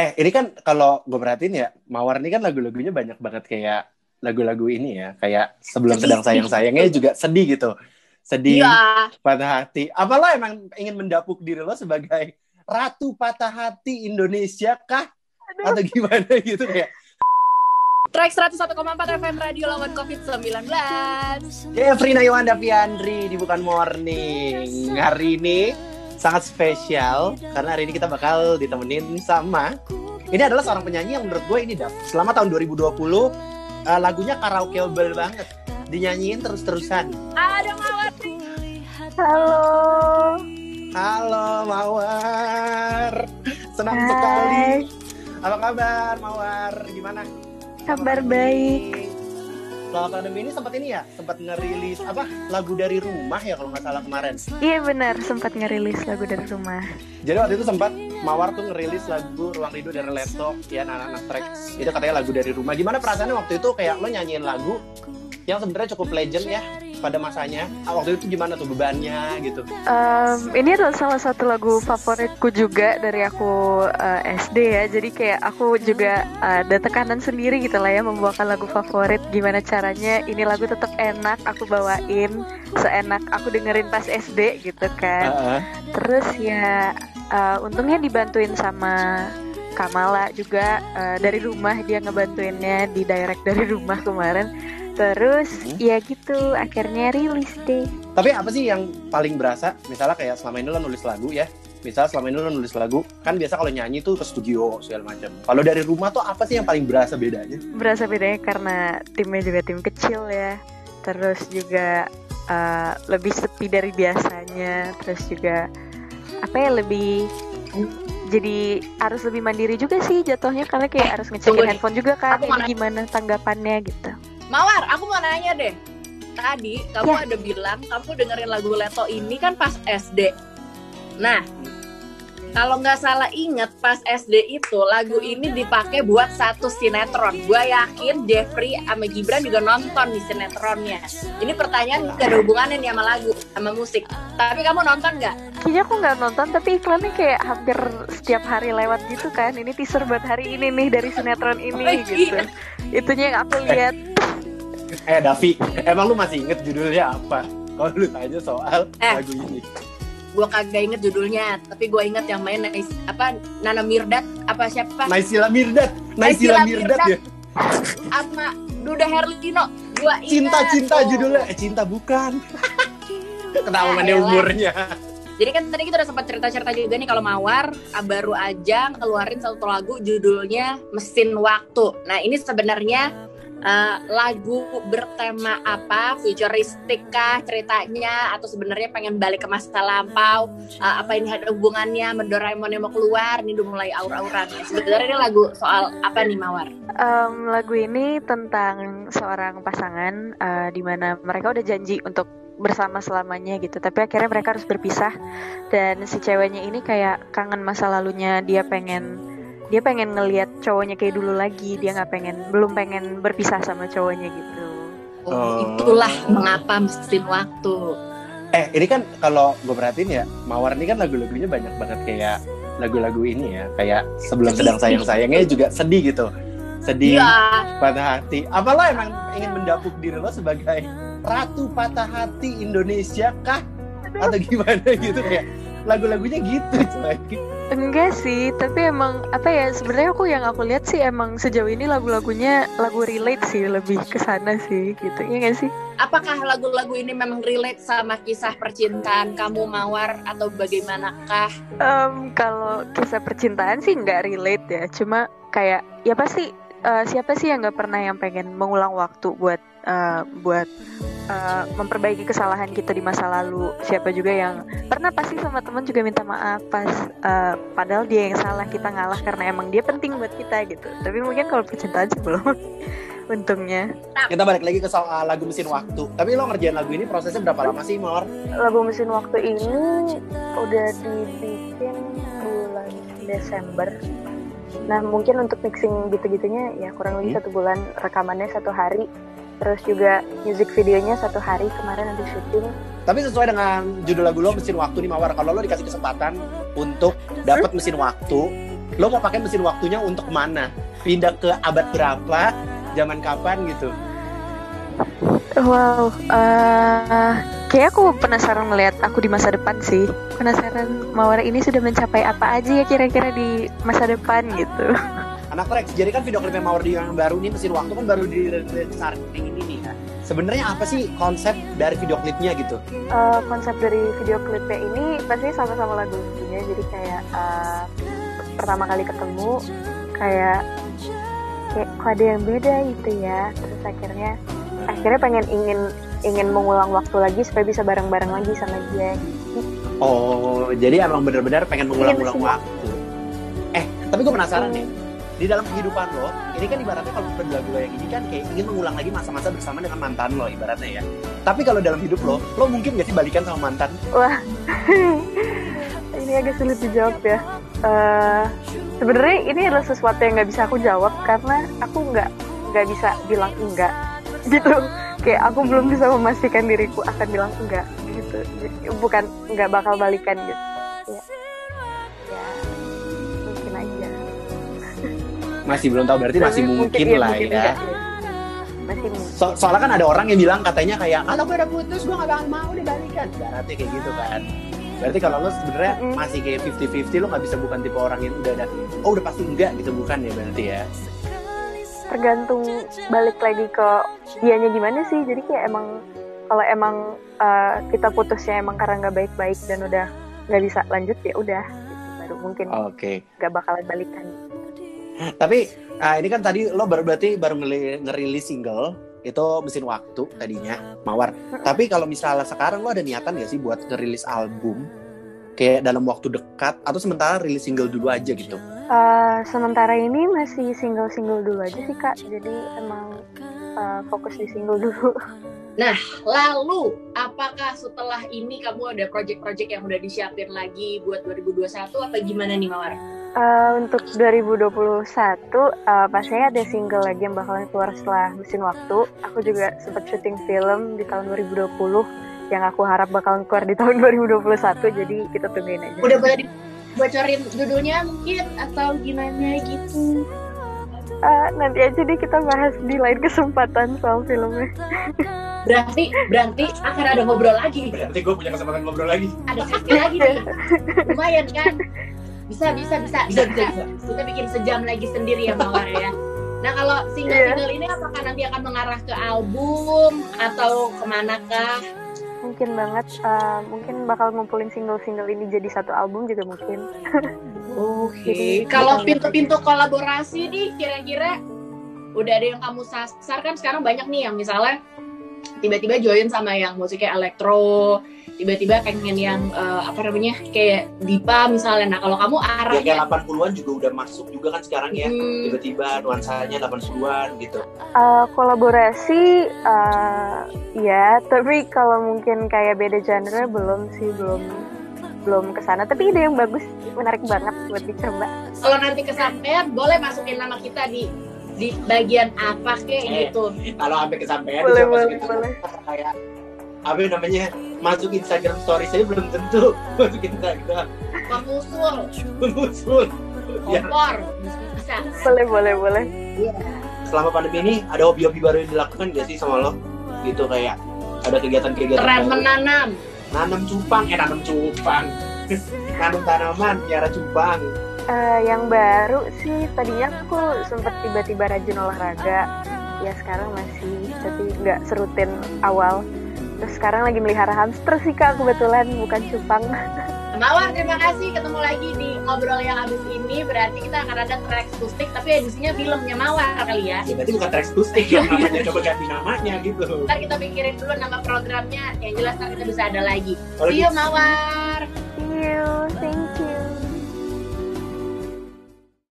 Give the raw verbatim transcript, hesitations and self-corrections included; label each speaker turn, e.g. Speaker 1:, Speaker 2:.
Speaker 1: Eh, ini kan kalau gue perhatiin ya, Mawar ini kan lagu-lagunya banyak banget kayak lagu-lagu ini ya, kayak sebelum
Speaker 2: Sedih.
Speaker 1: sedang sayang-sayangnya juga sedih gitu. Sedih,
Speaker 2: Iya.
Speaker 1: patah hati. Apa lo emang ingin mendapuk diri lo sebagai ratu patah hati Indonesia kah? Atau gimana gitu kayak?
Speaker 2: Track seratus satu koma empat F M Radio lawan covid sembilan belas.
Speaker 1: Jeffrey Naywan Daviandri di Bukan Morning. Hari ini sangat spesial karena hari ini kita bakal ditemenin sama, ini adalah seorang penyanyi yang menurut gue ini Dav, selama tahun dua ribu dua puluh uh, lagunya karaokeable banget, dinyanyiin terus-terusan.
Speaker 2: Ada Mawar.
Speaker 3: Halo.
Speaker 1: Halo Mawar. Senang
Speaker 3: Hai.
Speaker 1: sekali. Apa kabar Mawar? Gimana?
Speaker 3: Kabar baik.
Speaker 1: Kalau Akademi ini sempat ini ya, sempat ngerilis apa lagu dari rumah ya kalau nggak salah kemarin.
Speaker 3: Iya benar, sempat ngerilis lagu dari rumah.
Speaker 1: Jadi waktu itu sempat Mawar tuh ngerilis lagu Ruang Rindu dari Leto, ya anak-anak tracks. Itu katanya lagu dari rumah. Gimana perasaannya waktu itu kayak lo nyanyiin lagu yang sebenarnya cukup legend ya pada masanya. Ah, waktu itu gimana tuh bebannya gitu?
Speaker 3: Um, ini adalah salah satu lagu favoritku juga dari aku uh, S D ya. Jadi kayak aku juga uh, ada tekanan sendiri gitu lah ya membawakan lagu favorit. Gimana caranya ini lagu tetap enak aku bawain seenak aku dengerin pas S D gitu kan.
Speaker 1: Uh-uh.
Speaker 3: Terus ya uh, untungnya dibantuin sama Kamala juga uh, dari rumah, dia ngebantuinnya di direct dari rumah kemarin. Terus hmm. ya gitu akhirnya rilis deh.
Speaker 1: Tapi apa sih yang paling berasa? Misalnya kayak selama ini lo nulis lagu ya, misalnya selama ini lo nulis lagu kan biasa kalau nyanyi tuh ke studio segala macam. Kalau dari rumah tuh apa sih yang paling berasa bedanya?
Speaker 3: Berasa bedanya karena timnya juga tim kecil ya. Terus juga uh, lebih sepi dari biasanya. Terus juga apa ya lebih jadi harus lebih mandiri juga sih jatuhnya karena kayak harus ngecekin handphone juga kan. Ini gimana tanggapannya gitu.
Speaker 2: Mawar, aku mau nanya deh. Tadi kamu
Speaker 3: Ya.
Speaker 2: ada bilang kamu dengerin lagu Leto ini kan pas S D. Nah, kalau nggak salah inget pas S D itu lagu ini dipakai buat satu sinetron. Gua yakin Jeffrey sama Gibran juga nonton di sinetronnya. Ini pertanyaan gak ada hubungannya nih sama lagu, sama musik. Tapi kamu nonton nggak?
Speaker 3: Kayaknya aku nggak nonton tapi iklannya kayak hampir setiap hari lewat gitu kan. Ini teaser buat hari ini nih dari sinetron ini
Speaker 2: Oh,
Speaker 3: gitu.
Speaker 2: iya.
Speaker 3: Itunya yang aku lihat.
Speaker 1: Eh Davi, emang lu masih inget judulnya apa? Kalau lu tanya soal
Speaker 2: Eh.
Speaker 1: lagu ini.
Speaker 2: Gue kagak inget judulnya, tapi gue inget yang main Nais, apa Nana Mirdad apa siapa?
Speaker 1: Naysila Mirdad, Naysila Mirdad ya.
Speaker 2: Sama Duda Herlino. Gua ingat.
Speaker 1: Cinta-cinta
Speaker 2: tuh.
Speaker 1: judulnya, eh cinta bukan. Kenapa
Speaker 2: Ya,
Speaker 1: mana
Speaker 2: elah.
Speaker 1: umurnya?
Speaker 2: Jadi kan tadi kita udah sempat cerita-cerita juga nih kalau Mawar baru aja ngeluarin satu lagu judulnya Mesin Waktu. Nah ini sebenarnya uh, lagu bertema apa? Futuristik kah ceritanya? Atau sebenarnya pengen balik ke masa lampau? Uh, apa ini ada hubungannya? Doraemon yang mau keluar? Ini udah mulai aur-auran. Sebenarnya ini lagu soal apa nih Mawar?
Speaker 3: Um, lagu ini tentang seorang pasangan uh, di mana mereka udah janji untuk bersama selamanya gitu, tapi akhirnya mereka harus berpisah dan si ceweknya ini kayak kangen masa lalunya, dia pengen dia pengen ngelihat cowoknya kayak dulu lagi, dia nggak pengen belum pengen berpisah sama cowoknya gitu.
Speaker 2: Oh,
Speaker 1: Oh.
Speaker 2: itulah mengapa Mesin Waktu.
Speaker 1: Eh ini kan kalau gue perhatiin ya, Mawar ini kan lagu-lagunya banyak banget kayak lagu-lagu ini ya, kayak sebelum
Speaker 2: Sedih.
Speaker 1: sedang sayang-sayangnya juga sedih gitu. Sedih,
Speaker 2: Iya.
Speaker 1: patah hati. Apa lo emang ingin mendapuk diri lo sebagai ratu patah hati Indonesia kah? Atau gimana gitu kayak lagu-lagunya gitu coy.
Speaker 3: Enggak sih, tapi emang apa ya, sebenarnya aku yang aku lihat sih emang sejauh ini lagu-lagunya lagu relate sih, lebih ke sana sih gitu. Iya nggak sih?
Speaker 2: Apakah lagu-lagu ini memang relate sama kisah percintaan kamu Mawar atau bagaimanakah?
Speaker 3: Um, kalau kisah percintaan sih nggak relate ya, cuma kayak ya pasti uh, siapa sih yang nggak pernah yang pengen mengulang waktu buat uh, buat uh, memperbaiki kesalahan kita di masa lalu. Siapa juga yang pernah pasti sama teman juga minta maaf pas uh, padahal dia yang salah, kita ngalah karena emang dia penting buat kita gitu. Tapi mungkin kalau percintaan sih belum. Untungnya.
Speaker 1: Kita balik lagi ke soal lagu Mesin Waktu. Tapi lo ngerjain lagu ini prosesnya berapa lama sih Mawar?
Speaker 3: Lagu Mesin Waktu ini udah dibikin bulan Desember. Nah mungkin untuk mixing gitu-gitunya ya kurang lebih
Speaker 1: Hmm.
Speaker 3: satu bulan, rekamannya satu hari. Terus juga music videonya satu hari kemarin nanti syuting.
Speaker 1: Tapi sesuai dengan judul lagu lo Mesin Waktu nih Mawar, kalau lo dikasih kesempatan untuk dapat mesin waktu lo mau pakai mesin waktunya untuk mana? Pindah ke abad berapa? Zaman kapan gitu?
Speaker 3: Wow, uh, kayak aku penasaran melihat aku di masa depan sih. Penasaran Mawar ini sudah mencapai apa aja ya kira-kira di masa depan gitu.
Speaker 1: Anak Rex, jadi kan video klipnya Mawar di yang baru nih, mesin waktu kan baru dirilis hari ini nih ya. Sebenarnya apa sih konsep dari video klipnya gitu?
Speaker 3: Uh, konsep dari video klipnya ini pasti sama-sama lagunya, jadi kayak uh, pertama kali ketemu kayak kayak kok ada yang beda gitu ya, terus akhirnya akhirnya pengen ingin ingin mengulang waktu lagi supaya bisa bareng-bareng lagi sama dia.
Speaker 1: Oh, jadi emang benar-benar pengen mengulang-ulang waktu. Eh, tapi gue penasaran nih, di dalam kehidupan lo, ini kan ibaratnya kalau di lagu lo yang ini kan kayak ingin mengulang lagi masa-masa bersama dengan mantan lo ibaratnya ya. Tapi kalau dalam hidup lo, lo mungkin gak sih balikan sama mantan?
Speaker 3: Wah, ini agak sulit dijawab ya. Uh, Sebenarnya ini adalah sesuatu yang nggak bisa aku jawab karena aku nggak nggak bisa bilang enggak gitu. Kayak aku belum bisa memastikan diriku akan bilang enggak gitu. Bukan nggak bakal balikan gitu. Ya, ya mungkin aja.
Speaker 1: Masih belum tahu, berarti masih mungkin, mungkin lah ya. Mungkin ya.
Speaker 3: Masih mungkin.
Speaker 1: So, soalnya kan ada orang yang bilang katanya kayak kalau gue udah putus gue nggak bakal mau udah balikan. Berarti kayak gitu kan. Berarti kalau lo sebenarnya mm. masih kayak fifty fifty, lo nggak bisa bukan tipe orang yang udah ada oh udah pasti enggak gitu, bukan ya berarti ya.
Speaker 3: Tergantung balik lagi ke dianya gimana sih. Jadi kayak emang kalau emang uh, kita putusnya emang karena nggak baik-baik dan udah nggak bisa lanjut ya udah gitu. Baru mungkin nggak okay. bakalan balikan.
Speaker 1: Tapi uh, ini kan tadi lo baru berarti baru ngerilis single itu mesin waktu tadinya Mawar. Mm-hmm. Tapi kalau misalnya sekarang lo ada niatan gak sih buat ngerilis album kayak dalam waktu dekat atau sementara rilis single dulu aja gitu?
Speaker 3: Uh, sementara ini masih single-single dulu aja sih Kak. Jadi emang uh, fokus di single dulu.
Speaker 2: Nah, lalu apakah setelah ini kamu ada project-project yang udah disiapin lagi buat dua ribu dua puluh satu apa gimana nih Mawar?
Speaker 3: Uh, untuk dua ribu dua puluh satu uh, pastinya ada single lagi yang bakalan keluar setelah mesin waktu. Aku juga sempat syuting film di tahun dua ribu dua puluh yang aku harap bakalan keluar di tahun dua ribu dua puluh satu, jadi kita tungguin aja.
Speaker 2: Udah boleh dibocorin judulnya mungkin atau gimana gitu?
Speaker 3: Uh, nanti aja deh kita bahas di lain kesempatan soal filmnya.
Speaker 2: Berarti berarti akan ada ngobrol lagi.
Speaker 1: Berarti gue punya kesempatan ngobrol lagi.
Speaker 2: Ada sesi lagi nih. Lumayan kan? Bisa, bisa, bisa, bisa, bisa, bisa. Kita bikin sejam lagi sendiri ya Mawar ya. Nah kalau single-single ini apakah nanti akan mengarah ke album atau kemanakah?
Speaker 3: Mungkin banget, uh, mungkin bakal ngumpulin single-single ini jadi satu album juga mungkin.
Speaker 2: Oke. Okay. Kalau pintu-pintu kolaborasi nih kira-kira udah ada yang kamu sasar kan? Sekarang banyak nih yang misalnya tiba-tiba join sama yang musiknya elektro, tiba-tiba pengen yang uh, apa namanya kayak Dipa misalnya. Nah kalau kamu arahnya
Speaker 1: ya, kayak delapan puluhan juga udah masuk juga kan sekarang ya, hmm. tiba-tiba nuansanya delapan puluhan gitu.
Speaker 3: Uh, kolaborasi uh, ya, tapi kalau mungkin kayak beda genre belum sih, belum belum kesana. Tapi ide yang bagus, menarik banget buat dicoba.
Speaker 2: Kalau nanti kesampaian boleh masukin nama kita di di bagian apa kayak eh, gitu.
Speaker 1: Kalau sampai kesampaian
Speaker 3: boleh,
Speaker 1: bisa
Speaker 3: boleh,
Speaker 1: masukin
Speaker 3: boleh.
Speaker 1: Kayak apa namanya, masuk Instagram story saya belum tentu masuk Instagram.
Speaker 2: Pengusul,
Speaker 1: pengusul,
Speaker 2: kompor, bisa.
Speaker 3: Boleh, boleh, boleh.
Speaker 1: Iya. Selama pandemi ini ada hobi-hobi baru yang dilakukan gak sih sama lo? Gitu kayak ada kegiatan-kegiatan.
Speaker 2: Tren menanam.
Speaker 1: Nanam cupang, eh nanam cupang. Nanam tanaman, piara cupang.
Speaker 3: Uh, yang baru sih tadinya aku sempat tiba-tiba rajin olahraga. Ya sekarang masih, tapi nggak serutin awal. Terus sekarang lagi melihara hamster sih Kak, kebetulan bukan cupang.
Speaker 2: Mawar, terima kasih. Ketemu lagi di Ngobrol Yang Abis ini. Berarti kita akan ada track akustik, tapi edisinya filmnya Mawar kali ya.
Speaker 1: Ya berarti bukan track akustik yang namanya, coba ganti namanya gitu.
Speaker 2: Ntar kita pikirin dulu nama programnya, yang jelas ntar kita bisa ada lagi.
Speaker 1: Kalo
Speaker 2: See you Mawar.
Speaker 3: See you, thank